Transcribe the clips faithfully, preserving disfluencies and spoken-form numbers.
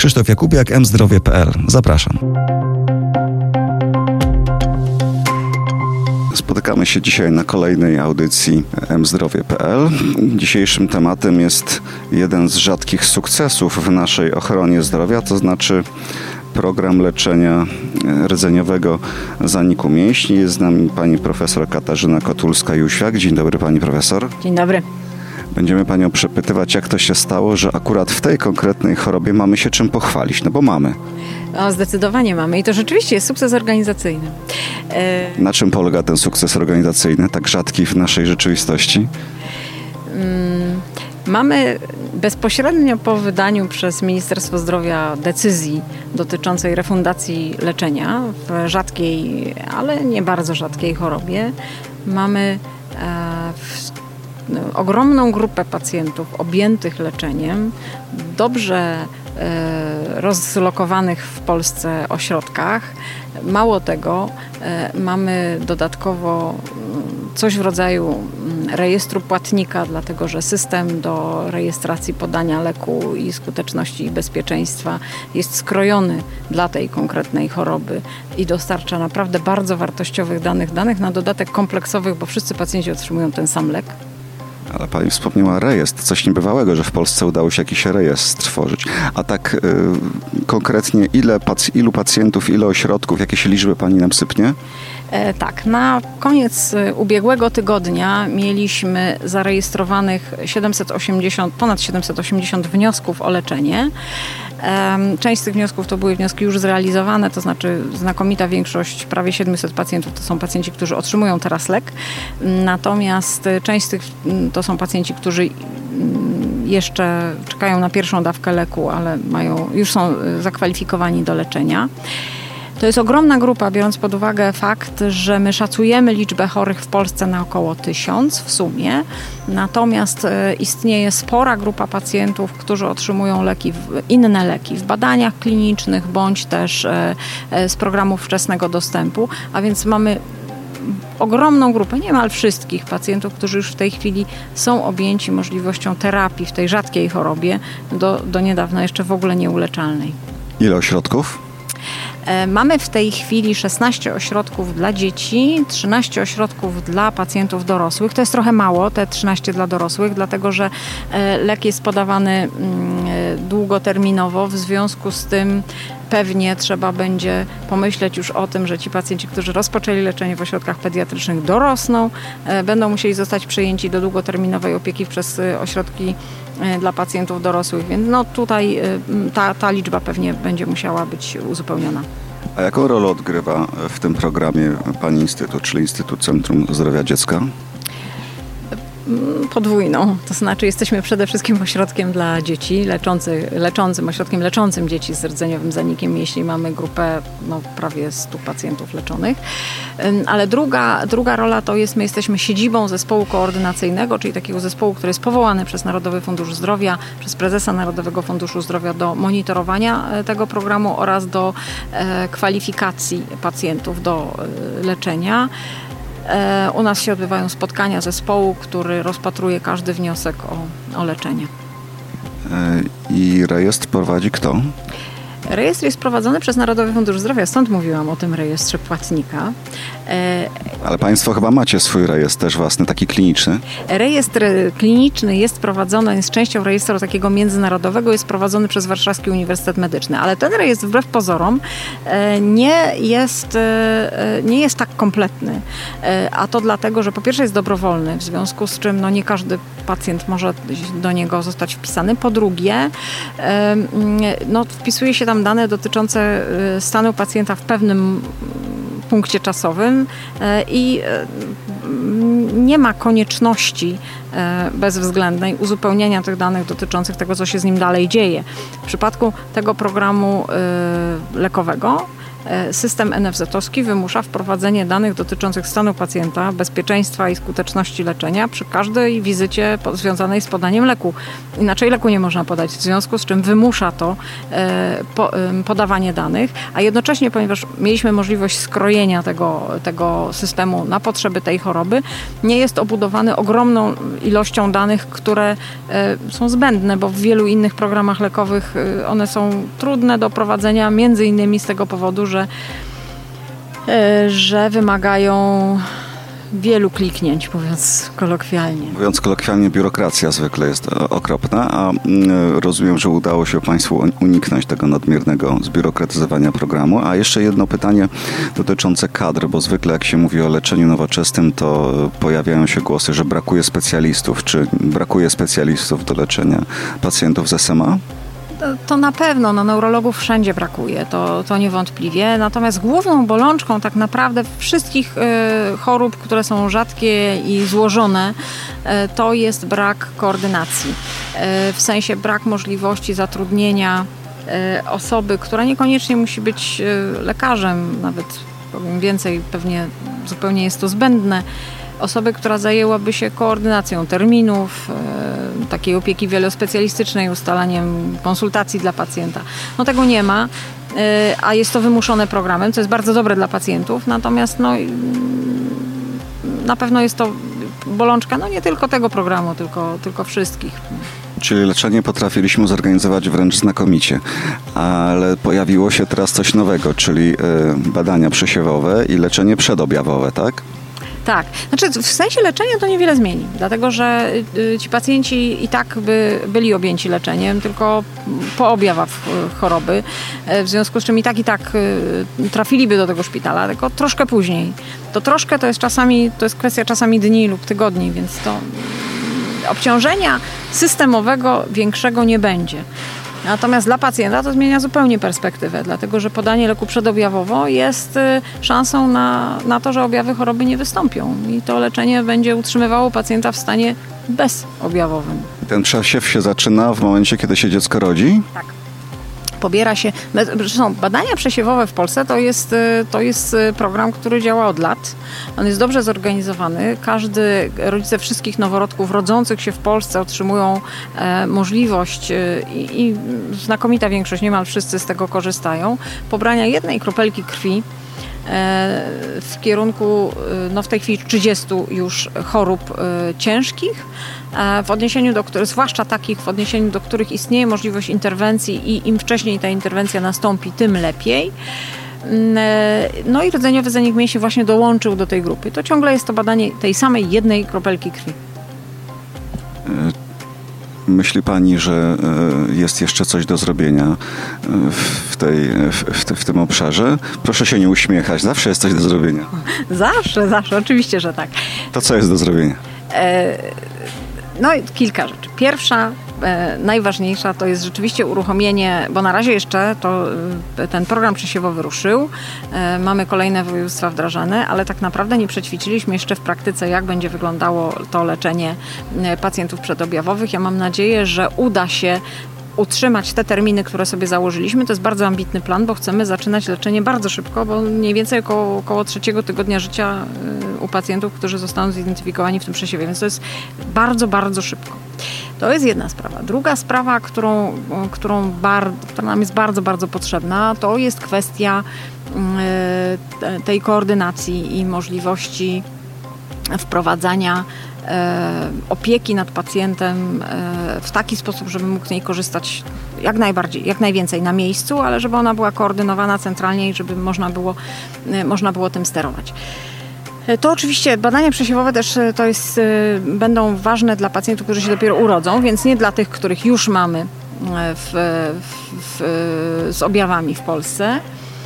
Krzysztof Jakubiak, em zdrowie kropka pe el. Zapraszam. Spotykamy się dzisiaj na kolejnej audycji em zdrowie kropka pe el. Dzisiejszym tematem jest jeden z rzadkich sukcesów w naszej ochronie zdrowia, to znaczy program leczenia rdzeniowego zaniku mięśni. Jest z nami pani profesor Katarzyna Kotulska-Jóźwiak. Dzień dobry, pani profesor. Dzień dobry. Będziemy panią przepytywać, jak to się stało, że akurat w tej konkretnej chorobie mamy się czym pochwalić, no bo mamy. No, zdecydowanie mamy i to rzeczywiście jest sukces organizacyjny. E... Na czym polega ten sukces organizacyjny, tak rzadki w naszej rzeczywistości? Hmm, mamy bezpośrednio po wydaniu przez Ministerstwo Zdrowia decyzji dotyczącej refundacji leczenia w rzadkiej, ale nie bardzo rzadkiej chorobie, mamy e, w ogromną grupę pacjentów objętych leczeniem, dobrze e, rozlokowanych w Polsce ośrodkach. Mało tego, e, mamy dodatkowo coś w rodzaju rejestru płatnika, dlatego że system do rejestracji podania leku i skuteczności i bezpieczeństwa jest skrojony dla tej konkretnej choroby i dostarcza naprawdę bardzo wartościowych danych, danych na dodatek kompleksowych, bo wszyscy pacjenci otrzymują ten sam lek. Ale pani wspomniała rejestr, coś niebywałego, że w Polsce udało się jakiś rejestr stworzyć. A tak y, konkretnie ile pac- ilu pacjentów, ile ośrodków, jakieś liczby pani nam sypnie? E, tak, na koniec ubiegłego tygodnia mieliśmy zarejestrowanych siedemset osiemdziesiąt, ponad siedemset osiemdziesiąt wniosków o leczenie. Część z tych wniosków to były wnioski już zrealizowane, to znaczy znakomita większość, prawie siedemset pacjentów to są pacjenci, którzy otrzymują teraz lek. Natomiast część z tych to są pacjenci, którzy jeszcze czekają na pierwszą dawkę leku, ale mają, już są zakwalifikowani do leczenia. To jest ogromna grupa, biorąc pod uwagę fakt, że my szacujemy liczbę chorych w Polsce na około tysiąc w sumie, natomiast istnieje spora grupa pacjentów, którzy otrzymują leki, inne leki w badaniach klinicznych bądź też z programów wczesnego dostępu, a więc mamy ogromną grupę, niemal wszystkich pacjentów, którzy już w tej chwili są objęci możliwością terapii w tej rzadkiej chorobie, do, do niedawna jeszcze w ogóle nieuleczalnej. Ile ośrodków? Mamy w tej chwili szesnaście ośrodków dla dzieci, trzynaście ośrodków dla pacjentów dorosłych. To jest trochę mało, te trzynaście dla dorosłych, dlatego że lek jest podawany długoterminowo, w związku z tym pewnie trzeba będzie pomyśleć już o tym, że ci pacjenci, którzy rozpoczęli leczenie w ośrodkach pediatrycznych, dorosną, będą musieli zostać przejęci do długoterminowej opieki przez ośrodki dla pacjentów dorosłych, więc no tutaj ta, ta liczba pewnie będzie musiała być uzupełniona. A jaką rolę odgrywa w tym programie pani instytut, czyli Instytut Centrum Zdrowia Dziecka? Podwójną, to znaczy jesteśmy przede wszystkim ośrodkiem dla dzieci, leczący, leczącym, ośrodkiem leczącym dzieci z rdzeniowym zanikiem mięśni. Mamy grupę no, prawie stu pacjentów leczonych, ale druga, druga rola to jest, my jesteśmy siedzibą zespołu koordynacyjnego, czyli takiego zespołu, który jest powołany przez Narodowy Fundusz Zdrowia, przez prezesa Narodowego Funduszu Zdrowia do monitorowania tego programu oraz do e, kwalifikacji pacjentów do e, leczenia. U nas się odbywają spotkania zespołu, który rozpatruje każdy wniosek o, o leczenie. I rejestr prowadzi kto? Rejestr jest prowadzony przez Narodowy Fundusz Zdrowia, stąd mówiłam o tym rejestrze płatnika. Ale państwo chyba macie swój rejestr też własny, taki kliniczny? Rejestr kliniczny jest prowadzony, jest częścią rejestru takiego międzynarodowego, jest prowadzony przez Warszawski Uniwersytet Medyczny, ale ten rejestr wbrew pozorom nie jest, nie jest tak kompletny, a to dlatego, że po pierwsze jest dobrowolny, w związku z czym no, nie każdy pacjent może do niego zostać wpisany. Po drugie, no, wpisuje się tam dane dotyczące stanu pacjenta w pewnym punkcie czasowym i nie ma konieczności bezwzględnej uzupełniania tych danych dotyczących tego, co się z nim dalej dzieje. W przypadku tego programu lekowego System N F Z-owski wymusza wprowadzenie danych dotyczących stanu pacjenta, bezpieczeństwa i skuteczności leczenia przy każdej wizycie związanej z podaniem leku. Inaczej leku nie można podać, w związku z czym wymusza to podawanie danych, a jednocześnie, ponieważ mieliśmy możliwość skrojenia tego, tego systemu na potrzeby tej choroby, nie jest obudowany ogromną ilością danych, które są zbędne, bo w wielu innych programach lekowych one są trudne do prowadzenia, między innymi z tego powodu, że, że wymagają wielu kliknięć, mówiąc kolokwialnie. Mówiąc kolokwialnie, biurokracja zwykle jest okropna, a rozumiem, że udało się Państwu uniknąć tego nadmiernego zbiurokratyzowania programu. A jeszcze jedno pytanie dotyczące kadr, bo zwykle jak się mówi o leczeniu nowoczesnym, to pojawiają się głosy, że brakuje specjalistów. Czy brakuje specjalistów do leczenia pacjentów z S M A? To na pewno, no, neurologów wszędzie brakuje, to, to niewątpliwie. Natomiast główną bolączką tak naprawdę wszystkich y, chorób, które są rzadkie i złożone, y, to jest brak koordynacji. Y, w sensie brak możliwości zatrudnienia y, osoby, która niekoniecznie musi być y, lekarzem, nawet powiem więcej, pewnie zupełnie jest to zbędne. Osoby, która zajęłaby się koordynacją terminów, e, takiej opieki wielospecjalistycznej, ustalaniem konsultacji dla pacjenta. No tego nie ma, e, a jest to wymuszone programem, co jest bardzo dobre dla pacjentów, natomiast no, na pewno jest to bolączka no nie tylko tego programu, tylko, tylko wszystkich. Czyli leczenie potrafiliśmy zorganizować wręcz znakomicie, ale pojawiło się teraz coś nowego, czyli y, badania przesiewowe i leczenie przedobjawowe, tak? Tak. Znaczy w sensie leczenia to niewiele zmieni, dlatego że ci pacjenci i tak by byli objęci leczeniem, tylko po objawach choroby, w związku z czym i tak i tak trafiliby do tego szpitala, tylko troszkę później. To troszkę to jest czasami, to jest kwestia czasami dni lub tygodni, więc to obciążenia systemowego większego nie będzie. Natomiast dla pacjenta to zmienia zupełnie perspektywę, dlatego że podanie leku przedobjawowo jest szansą na, na to, że objawy choroby nie wystąpią i to leczenie będzie utrzymywało pacjenta w stanie bezobjawowym. Ten przesiew się zaczyna w momencie, kiedy się dziecko rodzi? Tak. Pobiera się, zresztą badania przesiewowe w Polsce to jest, to jest program, który działa od lat. On jest dobrze zorganizowany. Każdy, rodzice wszystkich noworodków rodzących się w Polsce otrzymują e, możliwość e, i znakomita większość, niemal wszyscy z tego korzystają, pobrania jednej kropelki krwi w kierunku, no w tej chwili trzydziestu już chorób ciężkich, w odniesieniu do których, zwłaszcza takich, w odniesieniu do których istnieje możliwość interwencji i im wcześniej ta interwencja nastąpi, tym lepiej. No i rdzeniowy zanik mięśni właśnie dołączył do tej grupy. To ciągle jest to badanie tej samej jednej kropelki krwi. Myśli Pani, że jest jeszcze coś do zrobienia w, tej, w, w tym obszarze? Proszę się nie uśmiechać, zawsze jest coś do zrobienia. Zawsze, zawsze, oczywiście, że tak. To co jest do zrobienia? E, no kilka rzeczy. Pierwsza, e, najważniejsza to jest rzeczywiście uruchomienie, bo na razie jeszcze to e, ten program przesiewowy ruszył, e, mamy kolejne województwa wdrażane, ale tak naprawdę nie przećwiczyliśmy jeszcze w praktyce, jak będzie wyglądało to leczenie e, pacjentów przedobjawowych. Ja mam nadzieję, że uda się utrzymać te terminy, które sobie założyliśmy. To jest bardzo ambitny plan, bo chcemy zaczynać leczenie bardzo szybko, bo mniej więcej około, około trzeciego tygodnia życia u pacjentów, którzy zostaną zidentyfikowani w tym przesiewie, więc to jest bardzo, bardzo szybko. To jest jedna sprawa. Druga sprawa, którą, którą bar, która nam jest bardzo, bardzo potrzebna, to jest kwestia tej koordynacji i możliwości wprowadzania opieki nad pacjentem w taki sposób, żeby mógł z niej korzystać jak najbardziej, jak najwięcej na miejscu, ale żeby ona była koordynowana centralnie i żeby można było, można było tym sterować. To oczywiście badania przesiewowe też to jest, będą ważne dla pacjentów, którzy się dopiero urodzą, więc nie dla tych, których już mamy w, w, w, z objawami w Polsce.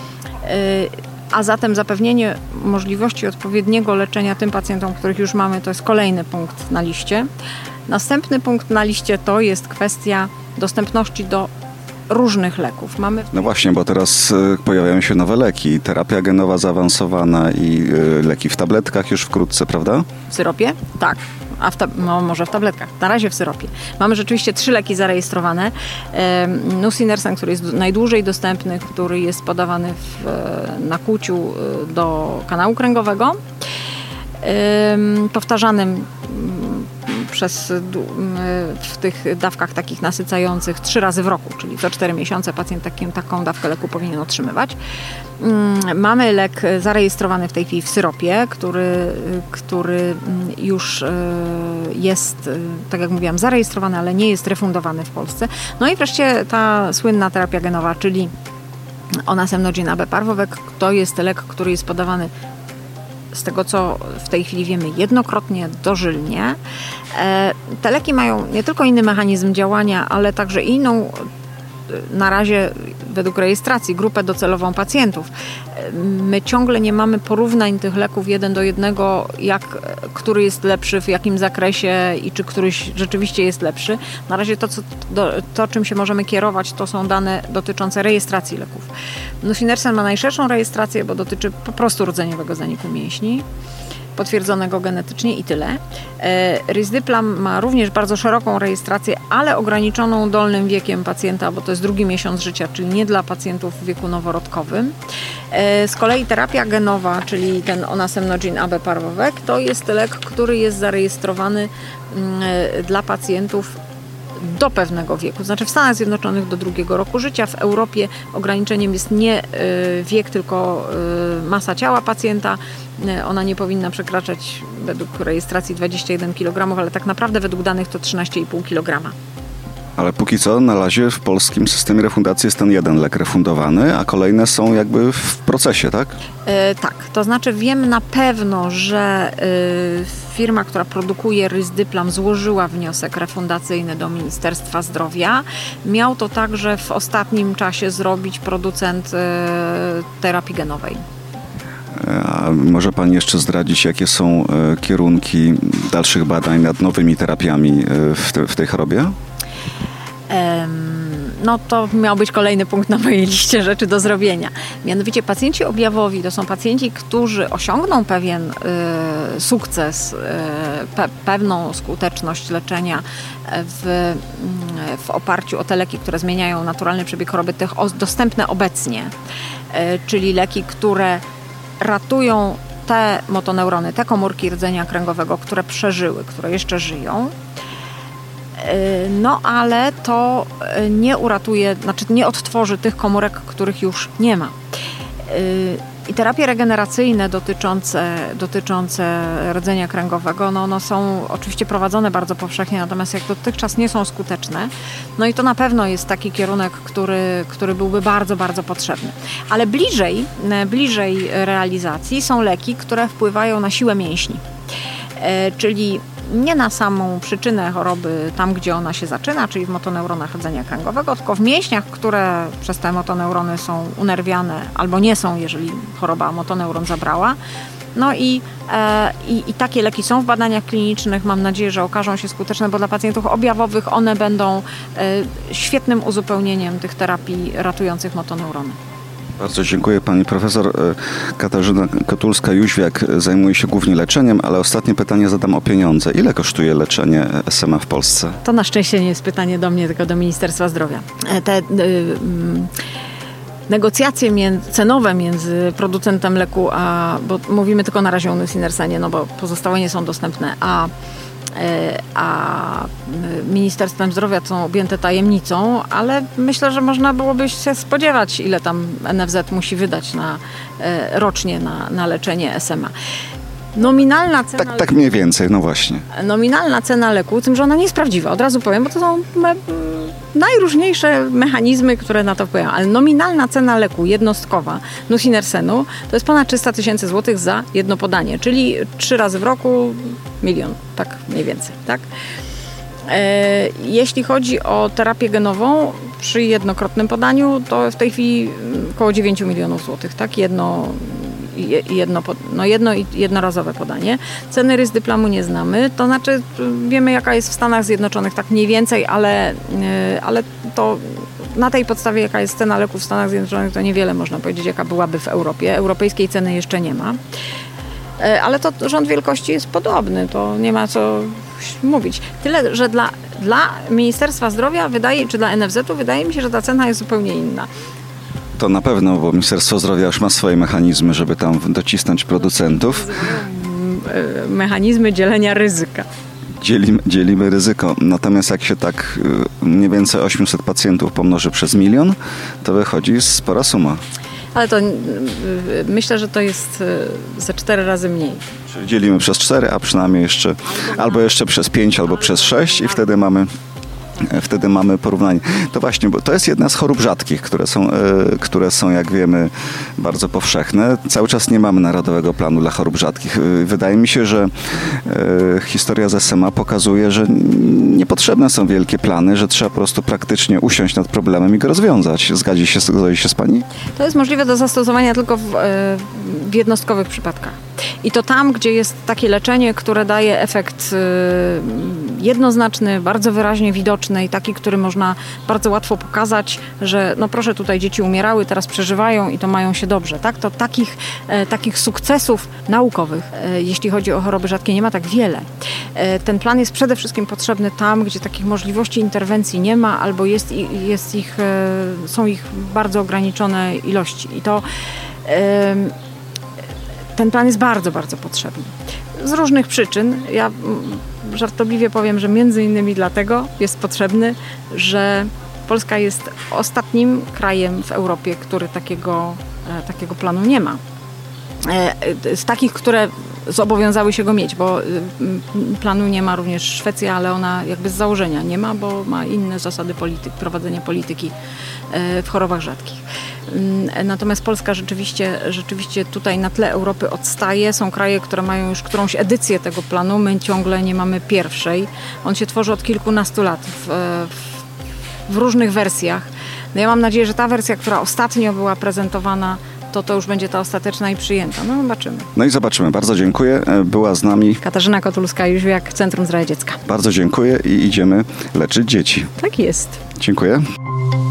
A zatem zapewnienie możliwości odpowiedniego leczenia tym pacjentom, których już mamy, to jest kolejny punkt na liście. Następny punkt na liście to jest kwestia dostępności do różnych leków. Mamy... No właśnie, bo teraz pojawiają się nowe leki, terapia genowa zaawansowana i leki w tabletkach już wkrótce, prawda? W syropie? Tak. a w ta, no, może w tabletkach, na razie w syropie. Mamy rzeczywiście trzy leki zarejestrowane. Nusinersen, który jest najdłużej dostępny, który jest podawany w nakłuciu do kanału kręgowego, powtarzanym przez, w tych dawkach takich nasycających trzy razy w roku, czyli co cztery miesiące pacjent takim, taką dawkę leku powinien otrzymywać. Mamy lek zarejestrowany w tej chwili w syropie, który, który już jest, tak jak mówiłam, zarejestrowany, ale nie jest refundowany w Polsce. No i wreszcie ta słynna terapia genowa, czyli onasemnogin A B Parvovec, to jest lek, który jest podawany, z tego co w tej chwili wiemy, jednokrotnie, dożylnie. Te leki mają nie tylko inny mechanizm działania, ale także inną, na razie według rejestracji, grupę docelową pacjentów. My ciągle nie mamy porównań tych leków jeden do jednego, jak, który jest lepszy, w jakim zakresie i czy któryś rzeczywiście jest lepszy. Na razie to, co, do, to czym się możemy kierować, to są dane dotyczące rejestracji leków. Nusinersen ma najszerszą rejestrację, bo dotyczy po prostu rdzeniowego zaniku mięśni, potwierdzonego genetycznie i tyle. Risdiplam ma również bardzo szeroką rejestrację, ale ograniczoną dolnym wiekiem pacjenta, bo to jest drugi miesiąc życia, czyli nie dla pacjentów w wieku noworodkowym. Z kolei terapia genowa, czyli ten onasemnogin A B Parvovec, to jest lek, który jest zarejestrowany dla pacjentów do pewnego wieku. Znaczy w Stanach Zjednoczonych do drugiego roku życia, w Europie ograniczeniem jest nie wiek, tylko masa ciała pacjenta. Ona nie powinna przekraczać według rejestracji dwadzieścia jeden kilogramów, ale tak naprawdę według danych to trzynaście i pół kilograma. Ale póki co na razie w polskim systemie refundacji jest ten jeden lek refundowany, a kolejne są jakby w procesie, tak? E, tak, to znaczy wiem na pewno, że y, firma, która produkuje Risdiplam, złożyła wniosek refundacyjny do Ministerstwa Zdrowia. Miał to także w ostatnim czasie zrobić producent y, terapii genowej. A może Pani jeszcze zdradzić, jakie są y, kierunki dalszych badań nad nowymi terapiami y, w, te, w tej chorobie? No to miał być kolejny punkt na mojej liście rzeczy do zrobienia. Mianowicie pacjenci objawowi to są pacjenci, którzy osiągną pewien y, sukces, y, pe, pewną skuteczność leczenia w, y, w oparciu o te leki, które zmieniają naturalny przebieg choroby, tych o, dostępne obecnie, y, czyli leki, które ratują te motoneurony, te komórki rdzenia kręgowego, które przeżyły, które jeszcze żyją. No ale to nie uratuje, znaczy nie odtworzy tych komórek, których już nie ma. I terapie regeneracyjne dotyczące, dotyczące rdzenia kręgowego, no one są oczywiście prowadzone bardzo powszechnie, natomiast jak dotychczas nie są skuteczne, no i to na pewno jest taki kierunek, który, który byłby bardzo, bardzo potrzebny. Ale bliżej, bliżej realizacji są leki, które wpływają na siłę mięśni, czyli nie na samą przyczynę choroby, tam gdzie ona się zaczyna, czyli w motoneuronach rdzenia kręgowego, tylko w mięśniach, które przez te motoneurony są unerwiane albo nie są, jeżeli choroba motoneuron zabrała. No i, e, i, i takie leki są w badaniach klinicznych. Mam nadzieję, że okażą się skuteczne, bo dla pacjentów objawowych one będą e, świetnym uzupełnieniem tych terapii ratujących motoneurony. Bardzo dziękuję. Pani profesor Katarzyna Kotulska-Jóźwiak zajmuje się głównie leczeniem, ale ostatnie pytanie zadam o pieniądze. Ile kosztuje leczenie S M A w Polsce? To na szczęście nie jest pytanie do mnie, tylko do Ministerstwa Zdrowia. Te y, y, negocjacje między, cenowe między producentem leku, a, bo mówimy tylko na razie o Nusinersenie, no bo pozostałe nie są dostępne, a a Ministerstwem Zdrowia są objęte tajemnicą, ale myślę, że można byłoby się spodziewać, ile tam N F Z musi wydać na, rocznie na, na leczenie S M A. Nominalna cena tak, tak mniej więcej, no właśnie. Nominalna cena leku, tym, że ona nie jest prawdziwa, od razu powiem, bo to są me, najróżniejsze mechanizmy, które na to wpływają, ale nominalna cena leku jednostkowa Nusinersenu to jest ponad trzysta tysięcy złotych za jedno podanie, czyli trzy razy w roku milion, tak mniej więcej, tak? E, jeśli chodzi o terapię genową przy jednokrotnym podaniu, to w tej chwili około dziewięć milionów złotych, tak? Jedno Jedno, no jedno i jednorazowe podanie. Ceny Risdiplamu nie znamy, to znaczy wiemy, jaka jest w Stanach Zjednoczonych, tak mniej więcej, ale, ale to na tej podstawie, jaka jest cena leków w Stanach Zjednoczonych, to niewiele można powiedzieć, jaka byłaby w Europie. Europejskiej ceny jeszcze nie ma. Ale to rząd wielkości jest podobny, to nie ma co mówić. Tyle, że dla, dla Ministerstwa Zdrowia wydaje, czy dla N F Z u wydaje mi się, że ta cena jest zupełnie inna. To na pewno, bo Ministerstwo Zdrowia już ma swoje mechanizmy, żeby tam docisnąć producentów. Mechanizmy dzielenia ryzyka. Dzielimy, dzielimy ryzyko. Natomiast jak się tak mniej więcej osiemset pacjentów pomnoży przez milion, to wychodzi spora suma. Ale to myślę, że to jest ze cztery razy mniej. Czyli dzielimy przez cztery, a przynajmniej jeszcze albo jeszcze przez pięć, albo przez sześć i wtedy mamy Wtedy mamy porównanie. To właśnie, bo to jest jedna z chorób rzadkich, które są, e, które są, jak wiemy, bardzo powszechne. Cały czas nie mamy Narodowego Planu dla Chorób Rzadkich. Wydaje mi się, że e, historia z S M A pokazuje, że niepotrzebne są wielkie plany, że trzeba po prostu praktycznie usiąść nad problemem i go rozwiązać. Zgadzi się, zgodzi się z Pani? To jest możliwe do zastosowania tylko w, w jednostkowych przypadkach. I to tam, gdzie jest takie leczenie, które daje efekt jednoznaczny, bardzo wyraźnie widoczny i taki, który można bardzo łatwo pokazać, że no proszę, tutaj dzieci umierały, teraz przeżywają i to mają się dobrze. Tak? To takich, takich sukcesów naukowych, jeśli chodzi o choroby rzadkie, nie ma tak wiele. Ten plan jest przede wszystkim potrzebny tam, gdzie takich możliwości interwencji nie ma albo jest, jest ich, są ich bardzo ograniczone ilości. I to ten plan jest bardzo, bardzo potrzebny. Z różnych przyczyn. Ja żartobliwie powiem, że między innymi dlatego jest potrzebny, że Polska jest ostatnim krajem w Europie, który takiego, takiego planu nie ma. Z takich, które zobowiązały się go mieć, bo planu nie ma również Szwecja, ale ona jakby z założenia nie ma, bo ma inne zasady polityk, prowadzenia polityki w chorobach rzadkich. Natomiast Polska rzeczywiście, rzeczywiście tutaj na tle Europy odstaje. Są kraje, które mają już którąś edycję tego planu. My ciągle nie mamy pierwszej. On się tworzy od kilkunastu lat w, w, w różnych wersjach. No ja mam nadzieję, że ta wersja, która ostatnio była prezentowana, to to już będzie ta ostateczna i przyjęta. No zobaczymy. No i zobaczymy. Bardzo dziękuję. Była z nami Katarzyna Kotulska-Jóźwiak, Centrum Zdrowia Dziecka. Bardzo dziękuję i idziemy leczyć dzieci. Tak jest. Dziękuję.